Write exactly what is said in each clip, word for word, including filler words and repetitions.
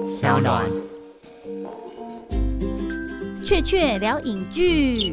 小暖， 雀雀聊影剧。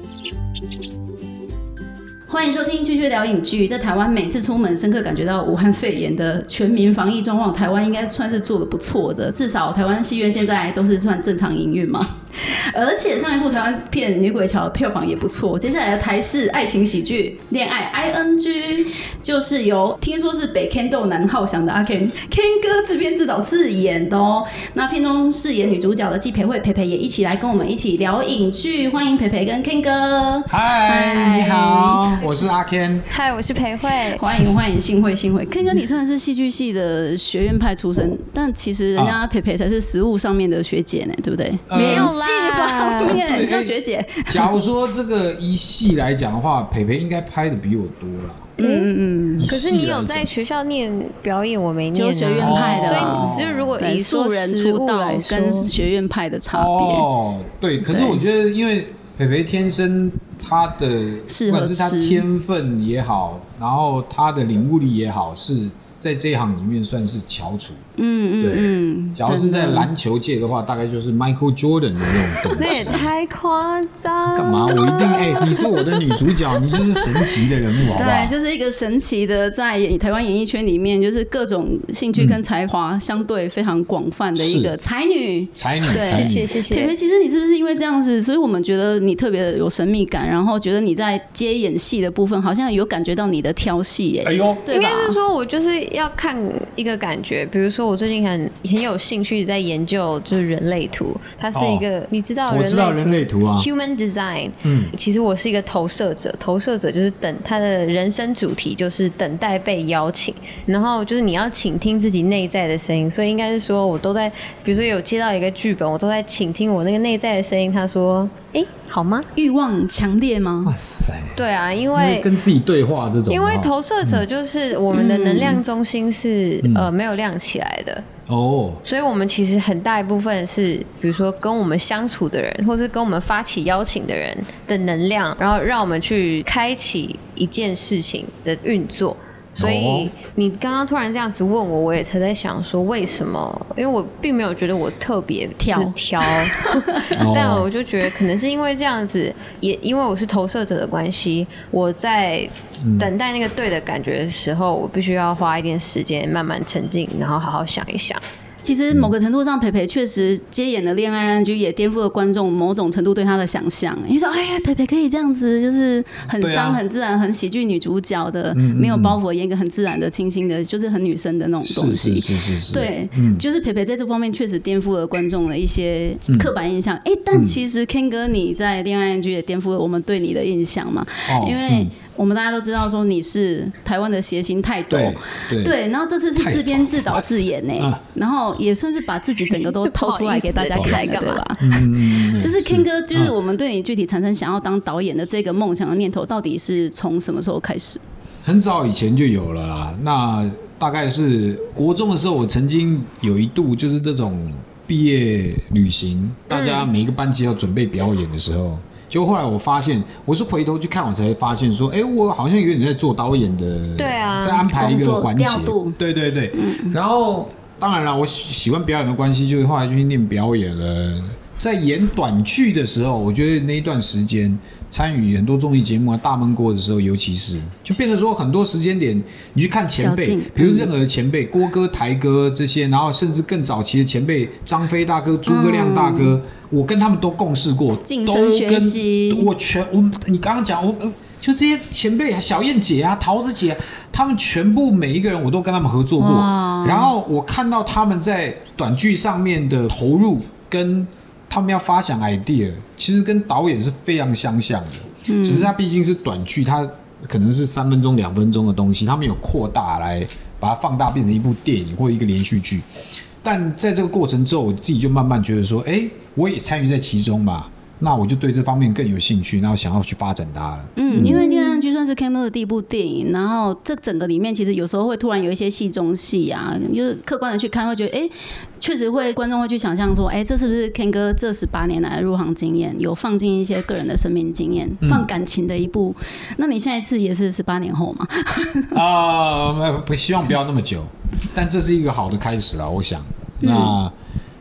欢迎收听《雀雀聊影剧》。在台湾，每次出门，深刻感觉到武汉肺炎的全民防疫状况，台湾应该算是做得不错的，至少台湾戏院现在都是算正常营运嘛。而且上一部台湾片《女鬼桥》票房也不错。接下来的台式爱情喜剧《恋爱 I N G》，就是由听说是北 Ken 豆南浩翔的阿 Ken Ken 哥自编自导自演的哦。那片中饰演女主角的季培慧培培也一起来跟我们一起聊影剧，欢迎培培跟 Ken 哥。 嗨，你好，我是阿 Ken。 嗨，我是培慧。 欢迎欢迎，幸会幸会。Ken 哥，你虽然是戏剧系的学院派出身，但其实人家培培才是实务上面的学姐呢，对不对？ 呃、 没有啦。方面叫学姐。 假如说这个一系来讲的话，培培应该拍的比我多啦。 嗯嗯嗯。可是你有在学校念表演，我没念、啊， 就学院派的， 所以就是如果以素人出道跟学院派的差别。 哦，对。可是我觉得，因为培培天生他的，不管是他天分也好，然后他的领悟力也好，是在这一行里面算是翘楚。嗯嗯嗯，假如是在篮球界的话，大概就是 Michael Jordan 的那种等级。 那也太夸张！ 干嘛？我一定哎、欸，你是我的女主角，你就是神奇的人物，好不好？ 对，就是一个神奇的，在台湾演艺圈里面，就是各种兴趣跟才华相对非常广泛的一个才女。 才女， 对， 谢谢谢谢。 培培，其实你是不是因为这样子，所以我们觉得你特别的有神秘感，然后觉得你在接演戏的部分，好像有感觉到你的挑戏哎、欸。 哎呦， 应该是说我就是要看一个感觉，比如说我最近很很有兴趣在研究就是人类图，它是一个、哦、你知道人类图， 我知道人类图啊 ，Human Design。嗯，其实我是一个投射者，投射者就是等他的人生主题就是等待被邀请，然后就是你要倾听自己内在的声音，所以应该是说我都在，比如说有接到一个剧本，我都在倾听我那个内在的声音，他说，哎、欸，好吗？ 欲望强烈吗？ 哇塞！ 对啊，因为跟自己对话这种， 因为投射者就是我们的能量中心是、嗯、呃没有亮起来的。 哦， 所以我们其实很大一部分是，比如说跟我们相处的人，或是跟我们发起邀请的人的能量，然后让我们去开启一件事情的运作。所以你刚刚突然这样子问我，我也才在想说为什么？因为我并没有觉得我特别挑挑，但我就觉得可能是因为这样子，也因为我是投射者的关系，我在等待那个对的感觉的时候，我必须要花一点时间慢慢沉静，然后好好想一想。 其实某个程度上，培培确实接演的恋爱 I N G 也颠覆了观众某种程度对他的想象。你说，哎呀，培培可以这样子，就是很伤、很自然、很喜剧女主角的，嗯、没有包袱，演一个很自然的、清新的，就是很女生的那种东西。 是是是是是。对， 嗯、就是培培在这方面确实颠覆了观众的一些刻板印象。哎、嗯，但其实 Ken 哥你在恋爱 I N G 也颠覆了我们对你的印象嘛，哦、因为。嗯我们大家都知道说你是台湾的谐星泰斗， 对 对, 对，然后这次是自编自导自演呢、欸，然后也算是把自己整个都掏出来给大家看的，对吧？嗯，就是 Ken 哥，就是我们对你具体产生想要当导演的这个梦想的念头，到底是从什么时候开始？ 很早以前就有了啦，那大概是国中的时候，我曾经有一度就是这种毕业旅行，大家每一个班级要准备表演的时候。结果后来我发现，我是回头去看，我才发现说，哎、欸，我好像有点在做导演的， 对啊， 在安排一个环节，对对对。嗯、然后当然了，我喜欢表演的关系，就后来就去念表演了。在演短剧的时候，我觉得那一段时间参与很多综艺节目啊，大闷锅的时候，尤其是就变成说很多时间点，你去看前辈，比如任何的前辈，郭哥、台哥这些，然后甚至更早期的前辈，张飞大哥、诸葛亮大哥。嗯，我跟他们都共事过， 晋升学习， 我全我你刚刚讲，我就这些前辈啊，小燕姐啊，桃子姐、啊，他们全部每一个人我都跟他们合作过，然后我看到他们在短剧上面的投入，跟他们要发想 idea， 其实跟导演是非常相像的，嗯、只是它毕竟是短剧，它可能是三分钟、两分钟的东西，他们有扩大来把它放大变成一部电影或一个连续剧。但在这个过程之后，我自己就慢慢觉得说，哎、欸，我也参与在其中嘛，那我就对这方面更有兴趣，然后想要去发展它了。 嗯，因为《恋爱 I N G》算是 Ken 哥的第一部电影，然后这整个里面其实有时候会突然有一些戏中戏啊，就是客观的去看，会觉得，哎、欸，确实会观众会去想象说，哎、欸，这是不是 Ken 哥这十八年来的入行经验，有放进一些个人的生命经验，放感情的一部。嗯、那你下一次也是十八年后吗？ 啊、呃，希望不要那么久，但这是一个好的开始啊，我想。那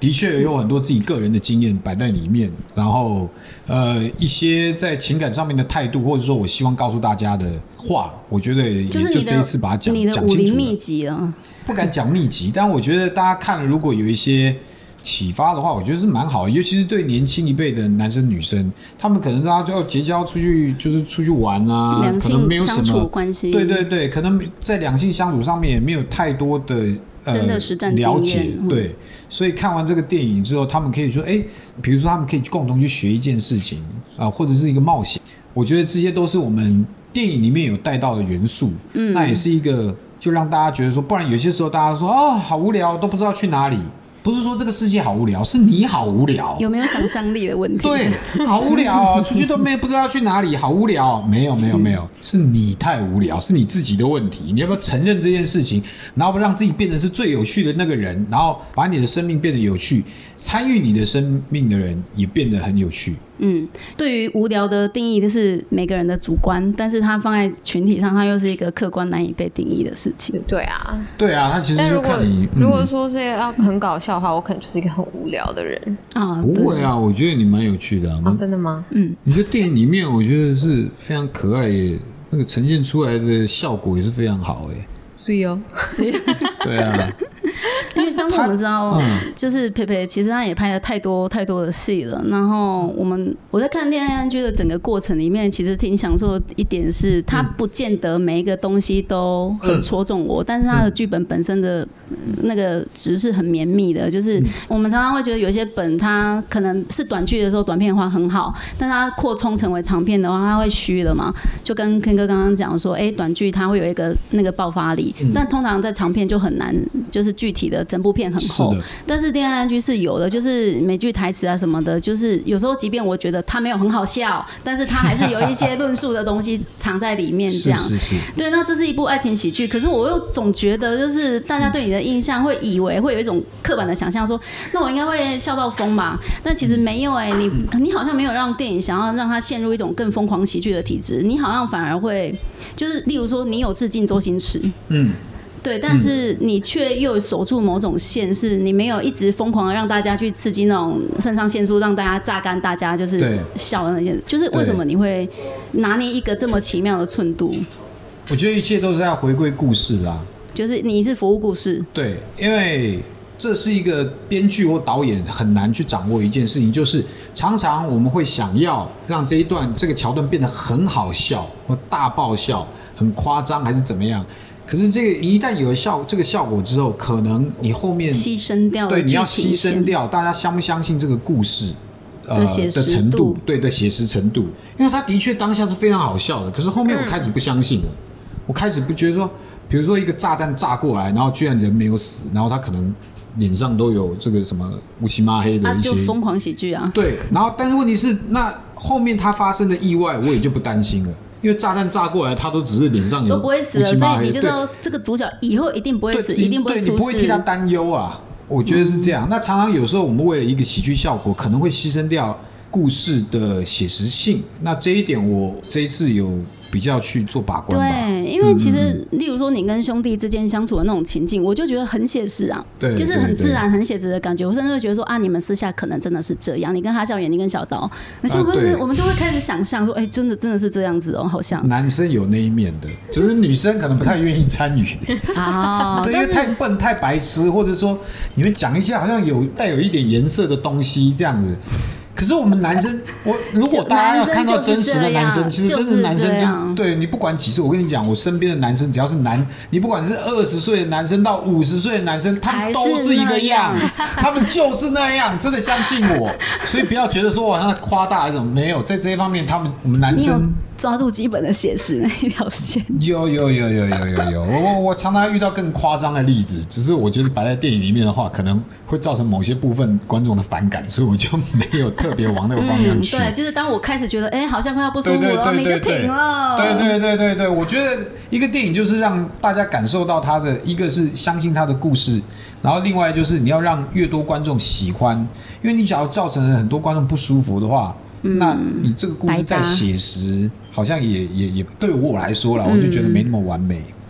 的确有很多自己个人的经验摆在里面，然后呃一些在情感上面的态度，或者说我希望告诉大家的话，我觉得也就这一次把它讲你的讲清楚了。 武林秘籍啊， 不敢讲秘籍，但我觉得大家看了如果有一些启发的话，我觉得是蛮好的，尤其是对年轻一辈的男生女生，他们可能大家就要结交出去，就是出去玩啊， 两可能没有什么性相处关系， 对对对，可能在两性相处上面也没有太多的、呃、 真的实战了解， 经验，嗯、 对，所以看完这个电影之后，他们可以说，哎，比如说他们可以共同去学一件事情啊、呃，或者是一个冒险，我觉得这些都是我们电影里面有带到的元素，嗯，那也是一个就让大家觉得说，不然有些时候大家说哦好无聊，都不知道去哪里。不是说这个世界好无聊，是你好无聊。 有没有想象力的问题？ 对，好无聊、哦，出去都没有不知道要去哪里，好无聊、哦。没有没有没有，嗯、是你太无聊，是你自己的问题。你要不要承认这件事情，然后让自己变成是最有趣的那个人，然后把你的生命变得有趣，参与你的生命的人也变得很有趣。 嗯，对于无聊的定义，就是每个人的主观，但是它放在群体上，它又是一个客观难以被定义的事情。 对啊， 对啊，它其实就看你。 如果、嗯、如果说是要很搞笑的话，我可能就是一个很无聊的人啊。 不会啊，我觉得你蛮有趣的啊。 啊真的吗？ 嗯， 你在电影里面，我觉得是非常可爱耶，那个呈现出来的效果也是非常好哎。 是哦， 是。 对啊。 因为当时我们知道，就是佩佩其实他也拍了太多太多的戏了。然后我们我在看《恋爱安居》的整个过程里面，其实挺享受的一点是，他不见得每一个东西都很戳中我，但是他的剧本本身的那个值是很绵密的。就是我们常常会觉得有些本它可能是短剧的时候短片的话很好，但它扩充成为长片的话，它会虚了嘛。就跟 Ken 哥刚刚讲说，哎、欸，短剧它会有一个那个爆发力，但通常在长片就很难，就是具体的整部片很厚，但是恋爱安居是有的，就是每句台词啊什么的，就是有时候即便我觉得它没有很好笑，但是它还是有一些论述的东西藏在里面，这样是是是。 对，那这是一部爱情喜剧，可是我又总觉得就是大家对你的印象会以为会有一种刻板的想象，说那我应该会笑到疯吧？但其实没有哎、欸，你你好像没有让电影想要让它陷入一种更疯狂喜剧的体质，你好像反而会就是例如说你有致敬周星驰，嗯。对，但是你却又守住某种线，是你没有一直疯狂的让大家去刺激那种肾上腺素，让大家榨干，大家就是笑的那些，就是为什么你会拿捏一个这么奇妙的寸度？ 我觉得一切都是要回归故事啦， 就是你是服务故事。对， 因为这是一个编剧或导演很难去掌握一件事情，就是常常我们会想要让这一段这个桥段变得很好笑或大爆笑、很夸张还是怎么样。可是这个一旦有了效这个效果之后，可能你后面牺牲掉了， 对，你要牺牲掉大家相不相信这个故事呃的写实程度，对的写实程度，因为他的确当下是非常好笑的，可是后面我开始不相信了，嗯、我开始不觉得说，比如说一个炸弹炸过来，然后居然人没有死，然后他可能脸上都有这个什么乌漆嘛黑的一些， 啊、就疯狂喜剧啊， 对，然后但是问题是，那后面他发生的意外，我也就不担心了。因为炸弹炸过来，他都只是脸上有都不会死了，所以你就知道这个主角以后一定不会死，一定不会出事。 你不会替他担忧啊，我觉得是这样。嗯、那常常有时候我们为了一个喜剧效果，可能会牺牲掉故事的写实性。那这一点我这一次有比较去做把关吧。 对，因为其实、嗯、例如说你跟兄弟之间相处的那种情境，我就觉得很写实啊， 对， 就是很自然、很写实的感觉。我甚至会觉得说啊，你们私下可能真的是这样，你跟哈孝远，你跟小刀，那些、啊、我们都会开始想象说，哎、欸，真的真的是这样子哦，好像男生有那一面的，只是女生可能不太愿意参与啊，对，因为太笨、太白痴，或者说你们讲一些好像有带有一点颜色的东西这样子。可是我们男生，我如果大家要看到真实的男生，其实真实的男生就对你不管几岁，我跟你讲，我身边的男生只要是男，你不管是二十岁的男生到五十岁的男生，他们都是一个样，他们就是那样，真的相信我。所以不要觉得说我好像夸大还是什么，没有，在这一方面，他们我们男生抓住基本的写实那一条线。 有有有有有有有，我我我常常遇到更夸张的例子，只是我觉得摆在电影里面的话，可能会造成某些部分观众的反感，所以我就没有特别往那个方向去。 嗯、对，就是当我开始觉得，哎、欸，好像快要不舒服了，你就停了。 对对对对对，我觉得一个电影就是让大家感受到它的，一个是相信它的故事，然后另外就是你要让越多观众喜欢，因为你假如造成了很多观众不舒服的话。嗯、那你这个故事再写实，好像也也也对我来说啦，我就觉得没那么完美。 哦，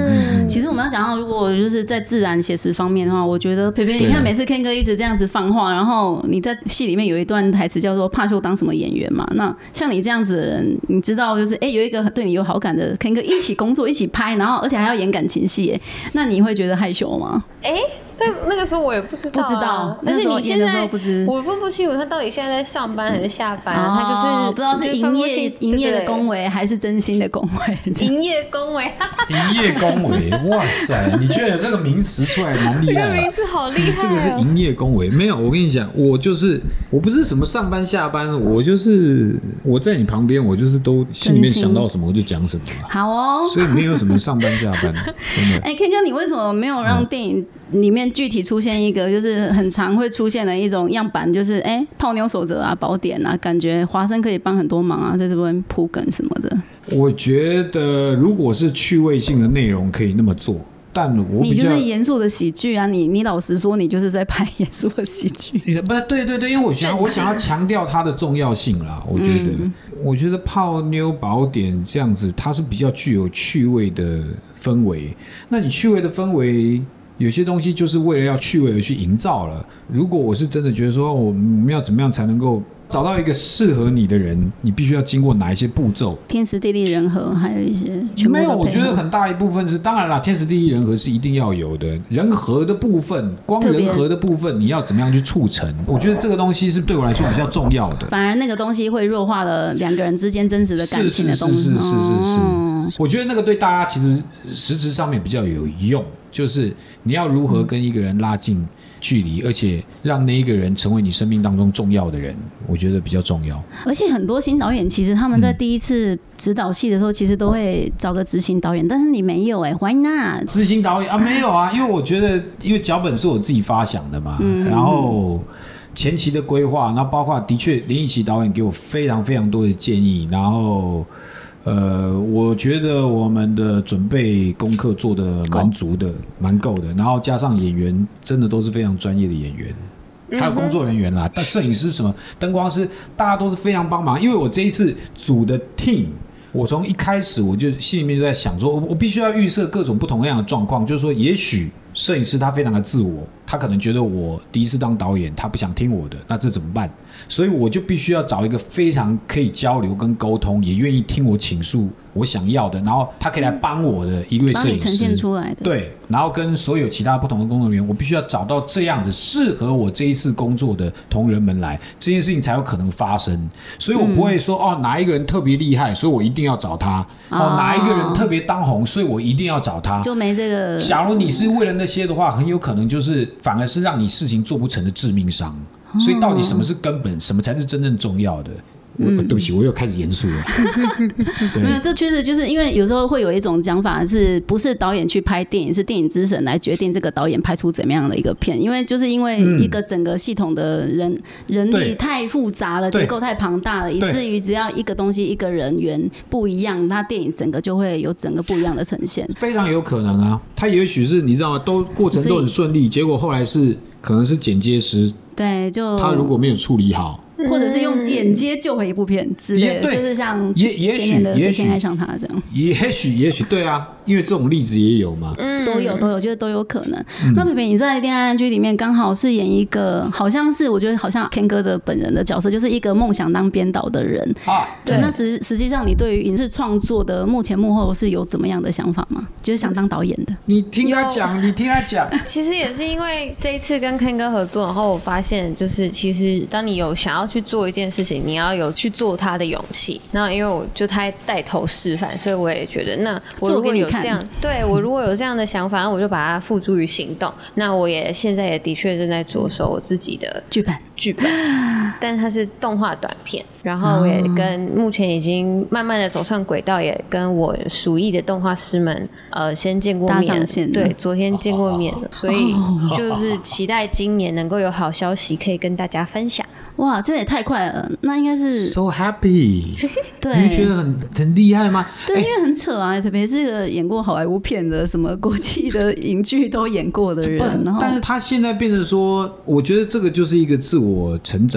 嗯、 其实我们要讲到，如果就是在自然写实方面的话，我觉得培培，你看每次 Ken 哥一直这样子放话，然后你在戏里面有一段台词叫做“怕秀当什么演员”嘛。那像你这样子的人，你知道就是哎、欸、有一个对你有好感的 Ken 哥一起工作一起拍，然后而且还要演感情戏，那你会觉得害羞吗？ 哎、欸，在那个时候我也不知道、啊， 不知道， 但是你现在不知， 我分不清楚他到底现在在上班还是下班，哦、他就是不知道是营业营业的恭维还是真心的恭维， 营业恭维， 营业恭维，哇塞，你居然有这个名词出来，蛮厉害、啊， 这个名字好厉害、哦， 这个是营业恭维，没有，我跟你讲，我就是我不是什么上班下班，我就是我在你旁边，我就是都心里面想到什么我就讲什么了， 好哦， 所以没有什么上班下班，真的。 哎 ，Ken 哥，你为什么没有让电影里面具体出现一个，就是很常会出现的一种样板，就是哎、欸，泡妞守则啊，宝典啊，感觉华生可以帮很多忙啊，在这边铺梗什么的。 我觉得如果是趣味性的内容可以那么做，但我你就是严肃的喜剧啊，你你老实说，你就是在拍严肃的喜剧。 不，对对对，因为我想我想要强调它的重要性啦。我觉得，嗯、我觉得泡妞宝典这样子，它是比较具有趣味的氛围。那你趣味的氛围，有些东西就是为了要趣味而去营造了。如果我是真的觉得说，我们要怎么样才能够找到一个适合你的人，你必须要经过哪一些步骤？天时地利人和，还有一些全部的配合。没有，我觉得很大一部分是，当然啦，天时地利人和是一定要有的。人和的部分，光人和的部分，你要怎么样去促成？我觉得这个东西是对我来说比较重要的。 反而那个东西会弱化了两个人之间真实的感情的东西。 是是是是是是是、哦。我觉得那个对大家其实实质上面比较有用，就是你要如何跟一个人拉近距离，而且让那一个人成为你生命当中重要的人，我觉得比较重要。 而且很多新导演其实他们在第一次指导戏的时候，其实都会找个执行导演，但是你没有哎、欸、，Why not？ 执行导演啊，没有啊，因为我觉得，因为脚本是我自己发想的嘛，嗯、然后前期的规划，然后包括的确林奕琪导演给我非常非常多的建议，然后。呃，我觉得我们的准备功课做得蛮足的，蛮够的，然后加上演员真的都是非常专业的演员，还有工作人员啦，但摄影师什么灯光师，大家都是非常帮忙。因为我这一次组的 team， 我从一开始我就心里面就在想说，我必须要预设各种不同样的状况，就是说，也许摄影师他非常的自我，他可能觉得我第一次当导演，他不想听我的，那这怎么办？所以我就必须要找一个非常可以交流跟沟通，也愿意听我倾诉我想要的，然后他可以来帮我的一位摄影师， 帮你呈现出来的。对， 然后跟所有其他不同的工作人员，我必须要找到这样子适合我这一次工作的同仁们来，这件事情才有可能发生。所以我不会说、嗯、哦哪一个人特别厉害，所以我一定要找他。哦，哦哪一个人特别当红，所以我一定要找他。 就没这个。 假如你是为了那些的话，很有可能就是反而是让你事情做不成的致命伤。所以到底什么是根本，什么才是真正重要的？我、嗯、对不起，我又开始严肃了。 没有，这确实就是因为有时候会有一种讲法，是不是导演去拍电影，是电影之神来决定这个导演拍出怎么样的一个片？因为就是因为一个整个系统的人、嗯、人力太复杂了，结构太庞大了，以至于只要一个东西、一个人员不一样，那电影整个就会有整个不一样的呈现。 非常有可能啊，他也许是你知道吗？都过程都很顺利，结果后来是可能是剪接师。 对，就他如果没有处理好， 或者是用剪接救回一部片之类的，就是像前面的《谁先爱上他》这样。 也许，也许对啊，因为这种例子也有嘛， 嗯、都有，都有，我觉得都有可能。嗯、那培培，你在《恋爱 I N G》里面刚好是演一个，好像是我觉得好像 Ken 哥的本人的角色，就是一个梦想当编导的人啊。对，那实实际上你对于影视创作的幕前幕后是有怎么样的想法吗？就是想当导演的？ 你听他讲，你听他讲。 其实也是因为这一次跟 Ken 哥合作，然后我发现，就是其实当你有想要去做一件事情，你要有去做它的勇气。那因为我就他带头示范，所以我也觉得，那我如果有这样，对我如果有这样的想法，我就把它付诸于行动。那我也现在也的确正在着手我自己的剧本， 剧本，但它是动画短片。然后我也跟目前已经慢慢的走上轨道，也跟我属意的动画师们呃先见过面，对，昨天见过面了，所以就是期待今年能够有好消息可以跟大家分享。 哇，这也太快了！那应该是 so happy， 对， 你觉得很很厉害吗？ 对，因为很扯啊，特别是个演过好莱坞片的，什么国际的影剧都演过的人，然后但是他现在变成说，我觉得这个就是一个自我成长。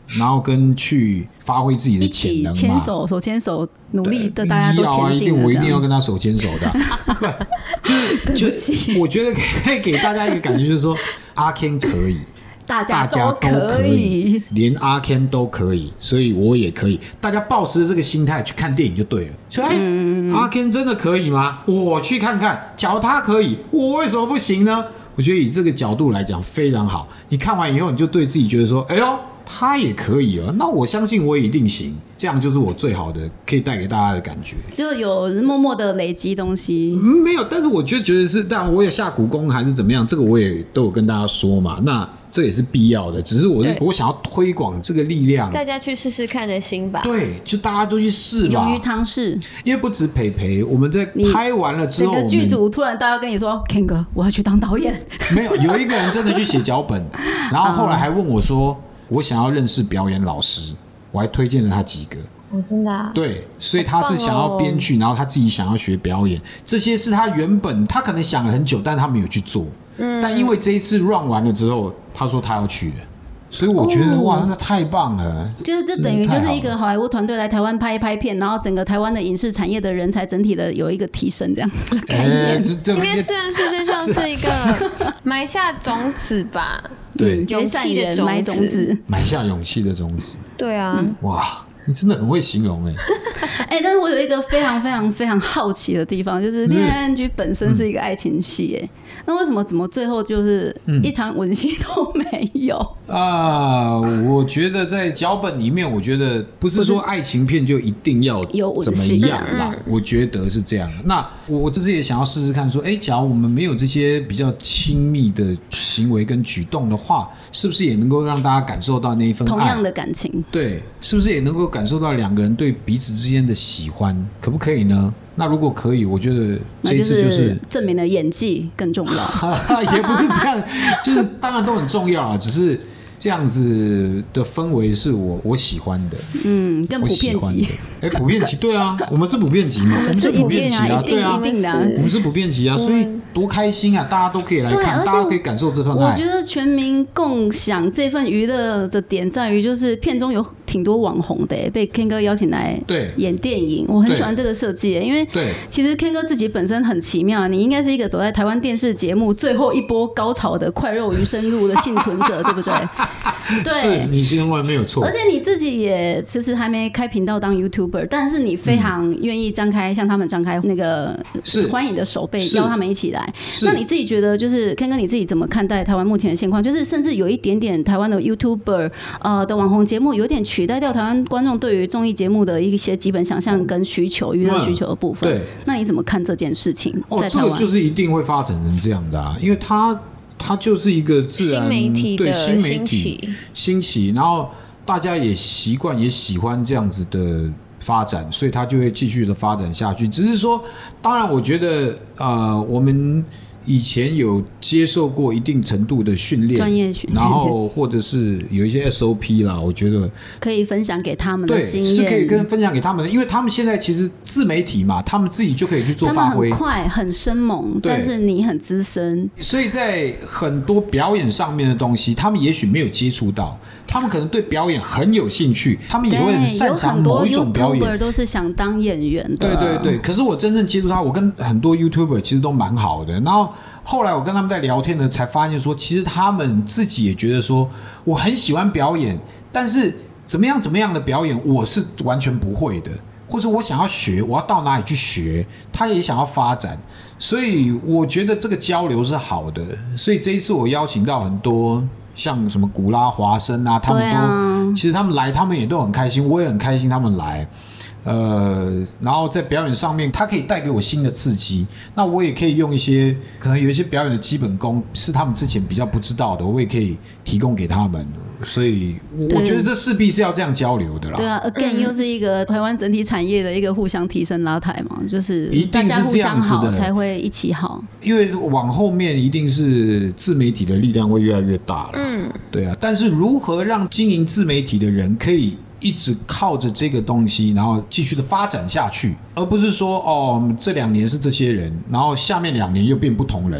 然后跟去发挥自己的潜能嘛， 一起牵手手牵手努力的大家都前进了、 呃啊、我一定要跟他手牵手的、啊、就是就我觉得可以给大家一个感觉就是说阿 Ken 可以， 大家都可以，连阿 Ken 都可以，所以我也可以。大家抱持这个心态去看电影就对了。所以，哎、嗯，阿 Ken 真的可以吗？我去看看。假如他可以，我为什么不行呢？我觉得以这个角度来讲非常好。你看完以后，你就对自己觉得说：“哎呦，他也可以哦。”那我相信我也一定行。这样就是我最好的可以带给大家的感觉。 就有默默的累积东西、 嗯，没有。但是我就觉得是，当然我也下苦功还是怎么样，这个我也都有跟大家说嘛。那这也是必要的，只是我我想要推广这个力量， 大家去试试看的心吧。 对，就大家都去试吧， 勇于尝试。 因为不止培培，我们在拍完了之后， 整个剧组突然大家跟你说 ：“Ken 哥，我要去当导演。” 没有，有一个人真的去写脚本，然后后来还问我说：“我想要认识表演老师。”我还推荐了他几个。 哦，真的啊？ 对，所以他是想要编剧、哦，然后他自己想要学表演，这些是他原本他可能想了很久，但是他没有去做。嗯，但因为这一次 run 完了之后，他说他要去的，所以我觉得、哦、哇，那太棒了！ 就是这等于就是一个好莱坞团队来台湾拍一拍片，然后整个台湾的影视产业的人才整体的有一个提升，这样子的概念。 欸、 应该虽然世界上是一个埋下种子吧， 对， 勇气的种埋种子， 埋下勇气的种子。 对啊， 嗯、哇。你真的很会形容哎、 欸！哎、欸，但是我有一个非常非常非常好奇的地方，就是《恋爱 I N G》本身是一个爱情戏，哎、嗯，那为什么怎么最后就是一场吻戏都没有？ 啊、呃，我觉得在脚本里面，我觉得不是说爱情片就一定要怎么样啦，我觉得是这样。那我这次也想要试试看，说，哎、欸，假如我们没有这些比较亲密的行为跟举动的话，是不是也能够让大家感受到那一份爱， 同样的感情？ 对，是不是也能够感受到两个人对彼此之间的喜欢，可不可以呢？那如果可以，我觉得这一次就是证明了演技更重要。 也不是这样，就是当然都很重要啊，只是这样子的氛围是我我喜欢的， 嗯，更普遍级。 哎，普遍级，对啊，我们是普遍级嘛，我们是普遍级啊，对啊， 一定的、啊， 我们是普遍级啊，所以多开心啊，大家都可以来看，大家可以感受这份爱。 我觉得全民共享这份娱乐的点在于，就是片中有挺多网红的，被 Ken 哥邀请来演电影，我很喜欢这个设计，因为其实 Ken 哥自己本身很奇妙，你应该是一个走在台湾电视节目最后一波高潮的快肉鱼生入的幸存者，对不对？对， 是你形容完没有错。 而且你自己也迟迟还没开频道当 YouTuber， 但是你非常愿意张开，向他们张开那个欢迎的手背，邀他们一起来。那你自己觉得，就是 Ken 哥你自己怎么看待台湾目前的现况？就是甚至有一点点台湾的 YouTuber 呃的网红节目，有点取代掉台湾观众对于综艺节目的一些基本想象跟需求、娱乐需求的部分。对，那你怎么看这件事情？ 哦，这个就是一定会发展成这样的啊，因为它。它就是一个自然新媒体的新媒兴起， 兴起，然后大家也习惯也喜欢这样子的发展，所以它就会继续的发展下去。只是说，当然，我觉得呃，我们以前有接受过一定程度的训练， 专业训练， 然后或者是有一些 S O P 啦，我觉得可以分享给他们的经验， 是可以跟分享给他们的，因为他们现在其实自媒体嘛，他们自己就可以去做发挥， 他们很快很生猛，但是你很资深， 所以在很多表演上面的东西，他们也许没有接触到，他们可能对表演很有兴趣，他们也会很擅长某一种表演， 有很多 YouTuber 都是想当演员的， 对对对。可是我真正接触他，我跟很多 YouTuber 其实都蛮好的，然后后来我跟他们在聊天呢，才发现说，其实他们自己也觉得说，我很喜欢表演，但是怎么样怎么样的表演，我是完全不会的，或者我想要学，我要到哪里去学，他也想要发展，所以我觉得这个交流是好的。所以这一次我邀请到很多像什么古拉、华生啊，他们都、啊、其实他们来，他们也都很开心，我也很开心他们来。呃，然后在表演上面，它可以带给我新的刺激。那我也可以用一些可能有一些表演的基本功是他们之前比较不知道的，我也可以提供给他们。所以我觉得这势必是要这样交流的啦。 对啊 ，again、嗯、又是一个台湾整体产业的一个互相提升拉抬嘛，就是大家互相好才会一起好。 因为往后面一定是自媒体的力量会越来越大了。嗯，对啊。但是如何让经营自媒体的人可以一直靠着这个东西，然后继续的发展下去，而不是说哦，这两年是这些人，然后下面两年又变不同人了。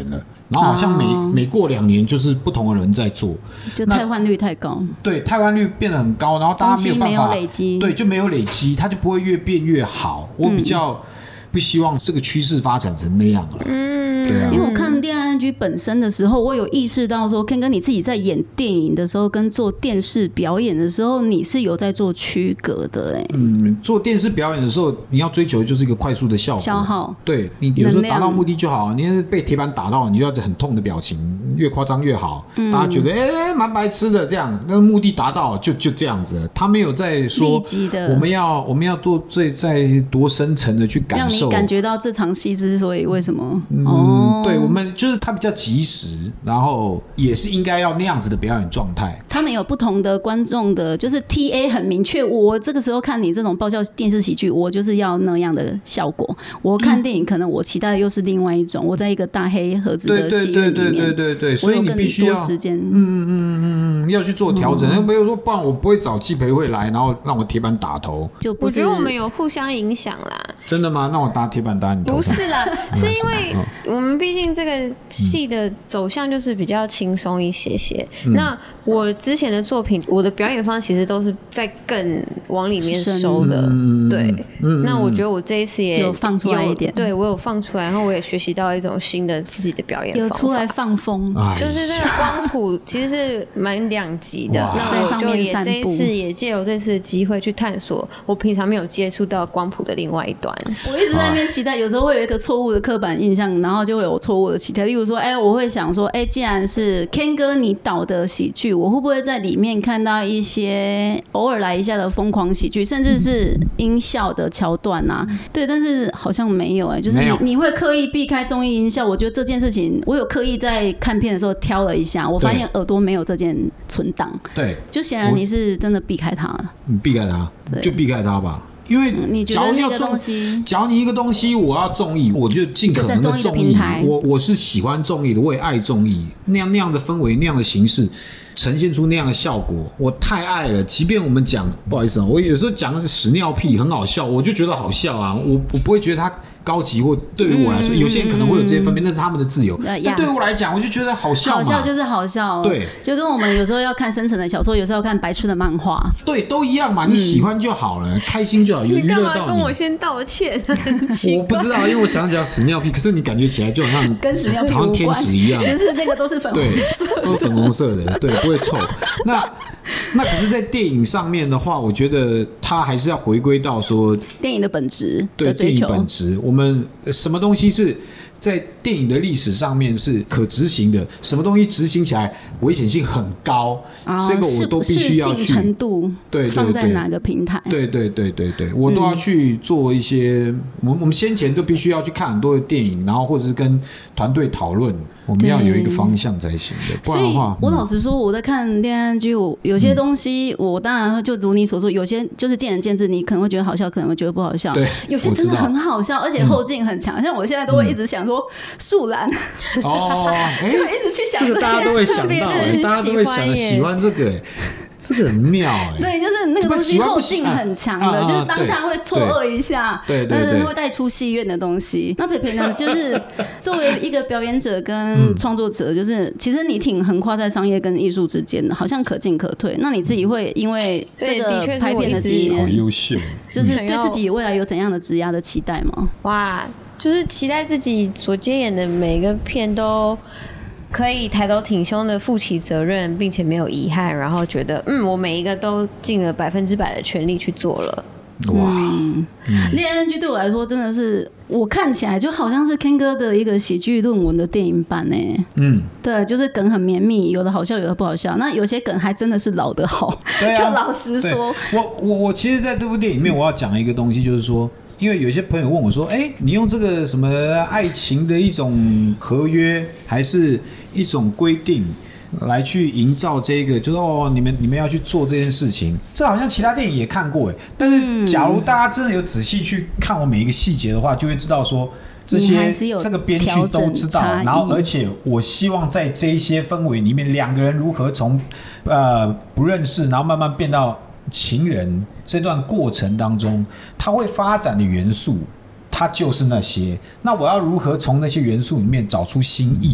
然后好像每、哦、每过两年就是不同的人在做， 就汰换率太高。 对，汰换率变得很高，然后大家没有办法， 东西没有累积， 对，就没有累积，它就不会越变越好。我比较不希望这个趋势发展成那样了。嗯，对啊。 因为我看恋爱 I N G 本身的时候，我有意识到说 Ken 哥你自己在演电影的时候跟做电视表演的时候，你是有在做区隔的。哎， 嗯，做电视表演的时候，你要追求的就是一个快速的效果， 消耗。 对，你有时候达到目的就好。你是被铁板打到，你就要很痛的表情，越夸张越好，嗯、大家觉得哎蛮、欸、白痴的这样，那目的达到就就这样子了。他没有在说立即的， 我们要我们要做最再多深层的去感受， 让你感觉到这场戏之所以为什么。 嗯、 哦， 对，我们就是它比较及时，然后也是应该要那样子的表演状态。 他们有不同的观众的，就是 T A 很明确。我这个时候看你这种爆笑电视喜剧，我就是要那样的效果。我看电影可能我期待的又是另外一种，我在一个大黑盒子的戏院里面， 对对对对对，所以你必须要时间， 嗯嗯嗯嗯，要去做调整。比如说，不然我不会找季培慧来，然后让我铁板打头。 就不是我觉得我们有互相影响啦。 真的吗？那我打铁板打你头。 不是啦，是因为我们毕竟这个戏的走向就是比较轻松一些些。嗯、那我之前的作品，我的表演方其实都是在更往里面收的，嗯、对、嗯。那我觉得我这一次也有放出来一点， 对我有放出来，然后我也学习到一种新的自己的表演方法， 有出来放风， 就是那个光谱其实是蛮两极的。那我就也这一次也借由这次的机会去探索我平常没有接触到光谱的另外一端。 我一直在那边期待，有时候会有一个错误的刻板印象，然后就会有错误的期待。例如说，哎、欸，我会想说，哎、欸，既然是 Ken 哥你导的喜剧，我会不会在里面看到一些偶尔来一下的疯狂喜剧，甚至是音效的桥段啊？对，但是好像没有哎、欸，就是你你会刻意避开综艺音效。我觉得这件事情，我有刻意在看片的时候挑了一下，我发现耳朵没有这件存档。 对， 就显然你是真的避开它了。 你避开它，就避开它吧。因为你觉得那个东西， 假如你一个东西我要综艺，我就尽可能的综艺。我我是喜欢综艺的，我也爱综艺，那样那样的氛围，那样的形式，呈现出那样的效果，我太爱了。即便我们讲，不好意思啊，我有时候讲屎尿屁很好笑，我就觉得好笑啊，我我不会觉得它高级，或对于我来说，嗯、有些人可能会有这些分别，那是他们的自由。但对于我来讲，我就觉得好笑嘛。 好笑就是好笑， 对， 就跟我们有时候要看深层的小说，有时候要看白痴的漫画， 对，都一样嘛。你喜欢就好了，嗯、开心就好，有娱乐到你。 你干嘛跟我先道歉？ 我不知道，因为我想讲屎尿屁，可是你感觉起来就好像跟屎尿屁好像天使一样， 就是那个都是粉红色， 对，都是粉红色的，对，不会臭。那那可是，在电影上面的话，我觉得它还是要回归到说电影的本质的追求。对，电影本质，我们什么东西是在电影的历史上面是可执行的？什么东西执行起来危险性很高？哦、这个我都必须要去程度， 对， 放在哪个平台？ 对对对对对，我都要去做一些。嗯、我我们先前都必须要去看很多的电影，然后或者是跟团队讨论。我们要有一个方向才行的，不然的话， 所以我老实说，我在看恋爱剧，我有些东西，我当然就如你所说，有些就是见仁见智，你可能会觉得好笑，可能会觉得不好笑。 对， 有些真的很好笑，而且后劲很强。嗯、像我现在都会一直想说，树兰哦， 就会一直去想这个，大家都会想到、欸，大家都会想喜欢这个、欸。这个很妙哎、欸， 对，就是那个东西后劲很强的，啊、就是当下会错愕一下， 对对对， 但是会带出戏院的东西。那培培呢，就是作为一个表演者跟创作者，就是其实你挺横跨在商业跟艺术之间的，好像可进可退。那你自己会因为这个拍片的经验， 好优秀， 就是对自己未来有怎样的职涯的期待吗？ 哇，就是期待自己所接演的每一个片都可以抬头挺胸的负起责任，并且没有遗憾，然后觉得嗯，我每一个都尽了百分之百的全力去做了。 哇， 恋爱剧对我来说真的是，我看起来就好像是 Ken 哥的一个喜剧论文的电影版哎、欸。嗯，对，就是梗很绵密，有的好笑，有的不好笑。那有些梗还真的是老的好，啊、就老实说。 我我我其实在这部电影里面，我要讲一个东西，就是说。因为有些朋友问我说：“哎，你用这个什么爱情的一种合约，还是一种规定来去营造这个？就是哦，你们你们要去做这件事情，这好像其他电影也看过哎。但是假如大家真的有仔细去看我每一个细节的话，就会知道说这些这个编剧都知道。然后，而且我希望在这一些氛围里面，两个人如何从呃不认识，然后慢慢变到。”情人这段过程当中，它会发展的元素，它就是那些。那我要如何从那些元素里面找出新意？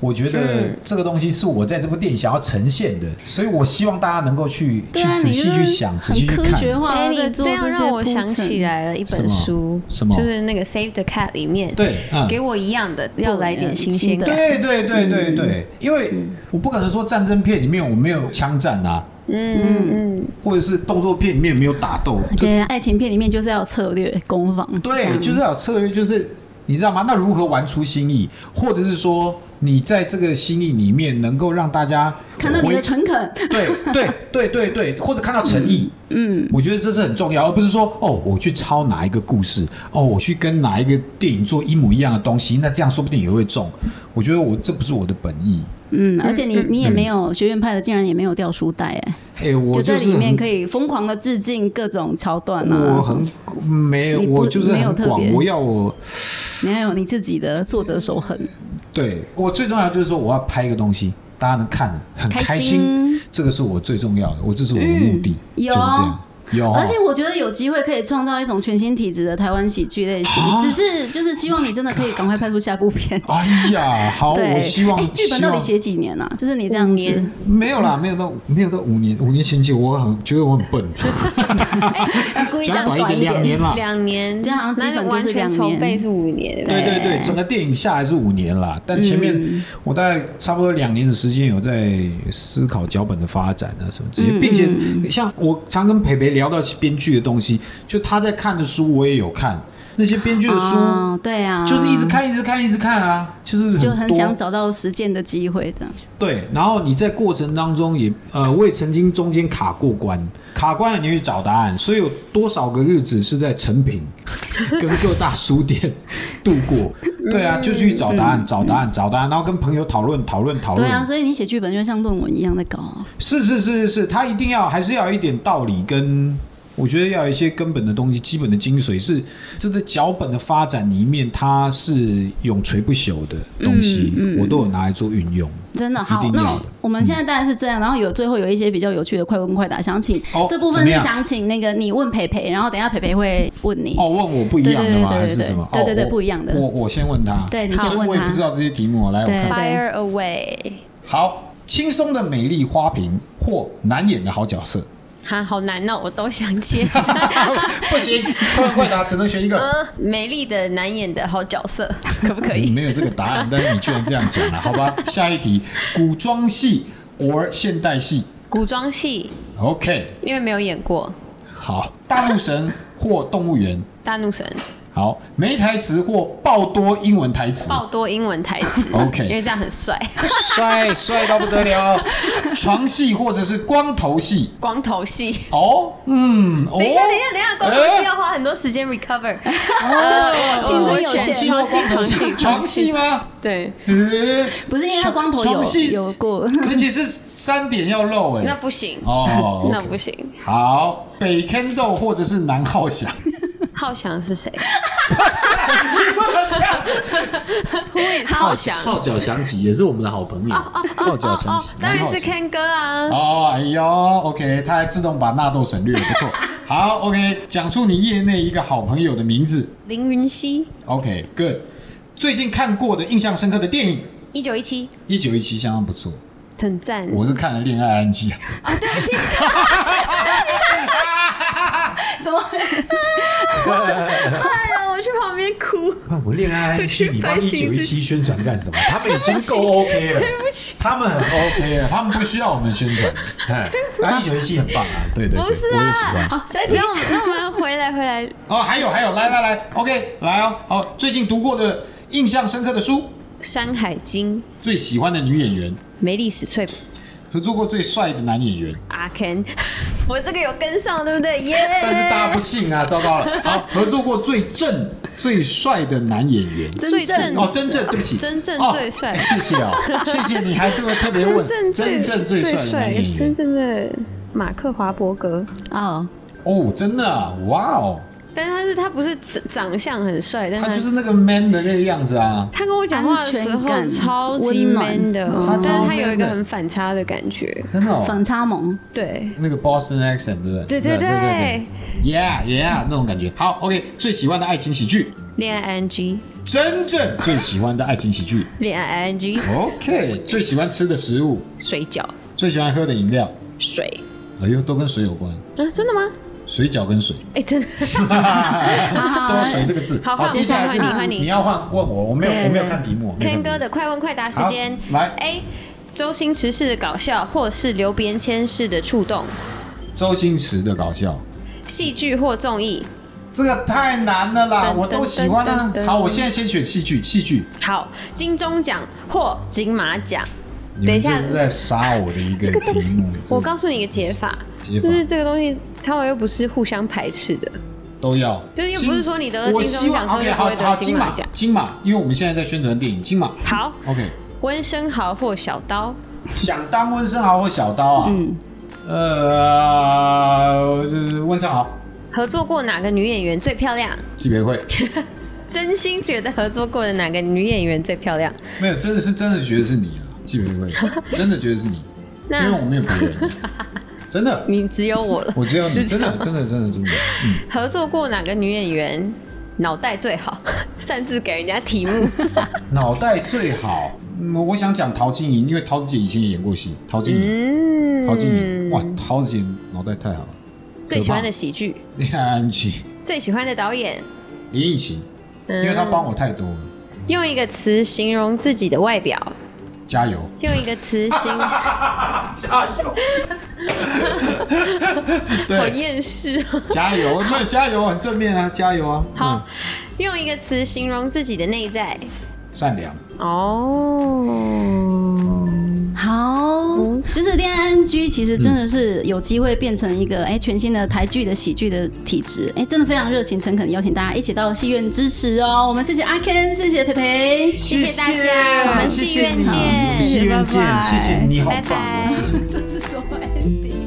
我觉得这个东西是我在这部电影想要呈现的，所以我希望大家能够去、 对啊、 去仔细去想，仔细去看。 很科学化哎、 在你这样做这些让我想铺陈起来了一本书， 什么？ 就是那个《Save the Cat》里面， 对，嗯， 给我一样的，要来点新鲜感。 对对对对对，因为我不可能说战争片里面我没有枪战啊。 嗯嗯， 或者是动作片里面没有打斗， 对，爱情片里面就是要有策略攻防， 对，就是要有策略，就是你知道吗？那如何玩出新意，或者是说你在这个新意里面能够让大家看到你的诚恳， 对对对对对，或者看到诚意，嗯，我觉得这是很重要，而不是说哦，我去抄哪一个故事，哦，我去跟哪一个电影做一模一样的东西，那这样说不定也会中。我觉得我这不是我的本意。 嗯，而且你你也没有、嗯、学院派的，竟然也没有掉书袋哎、 欸，我就在里面可以疯狂的致敬各种桥段啊。 我很没有，我就是很广，我要我， 你要有你自己的作者手痕。 对，我最重要就是说我要拍一个东西，大家能看很开心，这个是我最重要的，我这是我的目的，嗯、就是这样。有， 而且我觉得有机会可以创造一种全新体质的台湾喜剧类型，啊、只是就是希望你真的可以赶快拍出下部片。 哎呀，好，我希望。哎， 剧本到底写几年啊？就是你这样子。 没有啦，没有到没有到五年，五年前期我很觉得我很笨。 故意讲短一点，两年啦， 两年， 这样好像基本就是两年， 筹备是五年。 对对对，整个电影下来是五年啦，但前面我大概差不多两年的时间有在思考脚本的发展啊什么这些，并且像我常跟培培聊到编剧的东西，就他在看的书我也有看，那些编剧的书， 哦、对啊， 就是一直看一直看一直看啊，就是很就很想找到实践的机会这样。 对，然后你在过程当中也呃，我也曾经中间卡过关，卡关了你去找答案，所以有多少个日子是在成品跟各大书店度过。对啊，就去找答案，嗯、找答案，找答案，然后跟朋友讨论，讨论，讨论。 对啊，所以你写剧本就像论文一样在搞啊。 是是是是，他一定要还是要有一点道理跟。我觉得要有一些根本的东西，基本的精髓是，这在脚本的发展里面，它是永垂不朽的东西，嗯嗯、我都有拿来做运用。 真的好，那我们现在当然是这样，然后有最后有一些比较有趣的快问快答，想请、哦、这部分是想请那个你问培培，然后等一下培培会问你。 哦，问我不一样的吗？还是什么？ 对对对，不一样的。 我我先问他， 对你先问他。 我也不知道这些题目，来我看。 Fire away。 好，轻松的美丽花瓶或难演的好角色。 哈，好难哦，我都想接。 不行，快快答，只能选一个。 嗯，美丽的难演的好角色，可不可以？ 没有这个答案，但是你居然这样讲了，好吧？下一题，古装戏 or 现代戏？ 古装戏。 OK。因为没有演过。 好，大怒神或动物园？ 大怒神。 好，没台词或爆多英文台词。 爆多英文台词 ，OK， 因为这样很帅， 帅帅到不得了。床戏或者是光头戏。 光头戏。 哦，嗯， 等一下，等一下，等一下，光头戏要花很多时间 recover。 哦，青春有限， 床戏，床戏， 床戏吗？ 对， 不是因为他光头有有过， 而且是三点要露哎， 那不行哦， 那不行。 好，北 Kendo 或者是南浩翔。 浩翔是谁？ 我也是浩翔。号角响起也是我们的好朋友。号角响起， 当然是 Ken 哥啊。 哦，哎呦 ，OK， 他还自动把纳豆省略了，不错。好 ，OK， 讲出你业内一个好朋友的名字。 林云熙。 OK，Good。最近看过的印象深刻的电影？ 一九一七。 一九一七相当不错。 很赞。 我是看了《恋爱安吉》。 啊，对不起。 怎么？ 哎呀，我去旁边哭。 我恋爱安息，你帮一九一七宣传干什么？他们已经够 OK 了， 对不起， 他们很 OK 了，他们不需要我们宣传。哎，一九一七很棒啊，对对对， 不是啊， 我也喜欢。 好，那我们那我们回来回来。 哦，还有还有，来来来 ，OK， 来哦，好，最近读过的印象深刻的书，《 山海经》。 最喜欢的女演员， 梅丽史翠普。 合作过最帅的男演员阿 Ken， 我这个有跟上，对不对？耶、yeah! 但是大家不信啊，糟糕了。好，合作过最正、最帅的男演员， 最正哦，真正，对不起， 真正最帅、 哦，谢谢哦，谢谢你还特特别问，真正最帅的男演员， 真正的马克华伯格哦哦，真的啊，哇哦。 但是他是他不是长相很帅，但他, 他就是那个 man 的那个样子啊。 他跟我讲话的时候超级 man 的， 但是他有一个很反差的感觉， 真的、哦、 反差萌。 对， 那个 Boston accent， 对不对？对对对对对 ，Yeah Yeah 那种感觉。好 ，OK， 最喜欢的爱情喜剧， 恋爱 I N G。 真正最喜欢的爱情喜剧， 恋爱 I N G。 OK， 最喜欢吃的食物， 水饺。 最喜欢喝的饮料， 水。 哎呦，都跟水有关啊？真的吗？ 水饺跟水， 哎、欸，真的， 都有水这个字。 好，好接下来是你，你要换问我，我没有，我没有看题目。 Ken 哥的快问快答时间， 来 A， 周星驰式的搞笑，或是刘边谦式的触动。 周星驰的搞笑， 戏剧或综艺。 这个太难了啦，我都喜欢啊。好，我现在先选戏剧，戏剧。 好，金钟奖或金马奖。 等一下，这是在杀我的一个题目。 我告诉你一个解法，就是这个东西，它们又不是互相排斥的， 都要。 就是又不是说你得了金钟奖之后就不会得金马奖。 金马，因为我们现在在宣传电影金马。 好 ，OK。 温升豪或小刀， 想当温升豪或小刀啊？嗯，呃，温升豪。 合作过哪个女演员最漂亮？ 纪培慧。 真心觉得合作过的哪个女演员最漂亮？ 没有，真的是真的觉得是你了。纪培慧，真的觉得是你，因为我没有别人，真的， 你只有我了， 我只有你，真的，真的，真的，真的。嗯， 合作过哪个女演员脑袋最好？擅自给人家题目， 脑袋最好，嗯、我想讲陶晶莹，因为陶子姐以前也演过戏，陶晶莹，嗯、陶晶莹，哇，陶子姐脑袋太好了。 最喜欢的喜剧？ 恋爱 I N G。 最喜欢的导演？ 林奕琪，因为他帮我太多了。 用一个词形容自己的外表。 加油！ 用一个词形加油！对， 好厌世哦！ 加油！对，加油，很正面啊，加油啊！ 好，嗯、用一个词形容自己的内在。 善良。 哦。 好，其实恋爱 I N G 其实真的是有机会变成一个哎、欸、全新的台剧的喜剧的体质，哎、欸，真的非常热情诚恳，邀请大家一起到戏院支持哦。我们谢谢阿 Ken， 谢谢培培， 谢谢大家，我们戏院见， 戏院见，谢谢你好棒， 拜拜。这是什么 ending？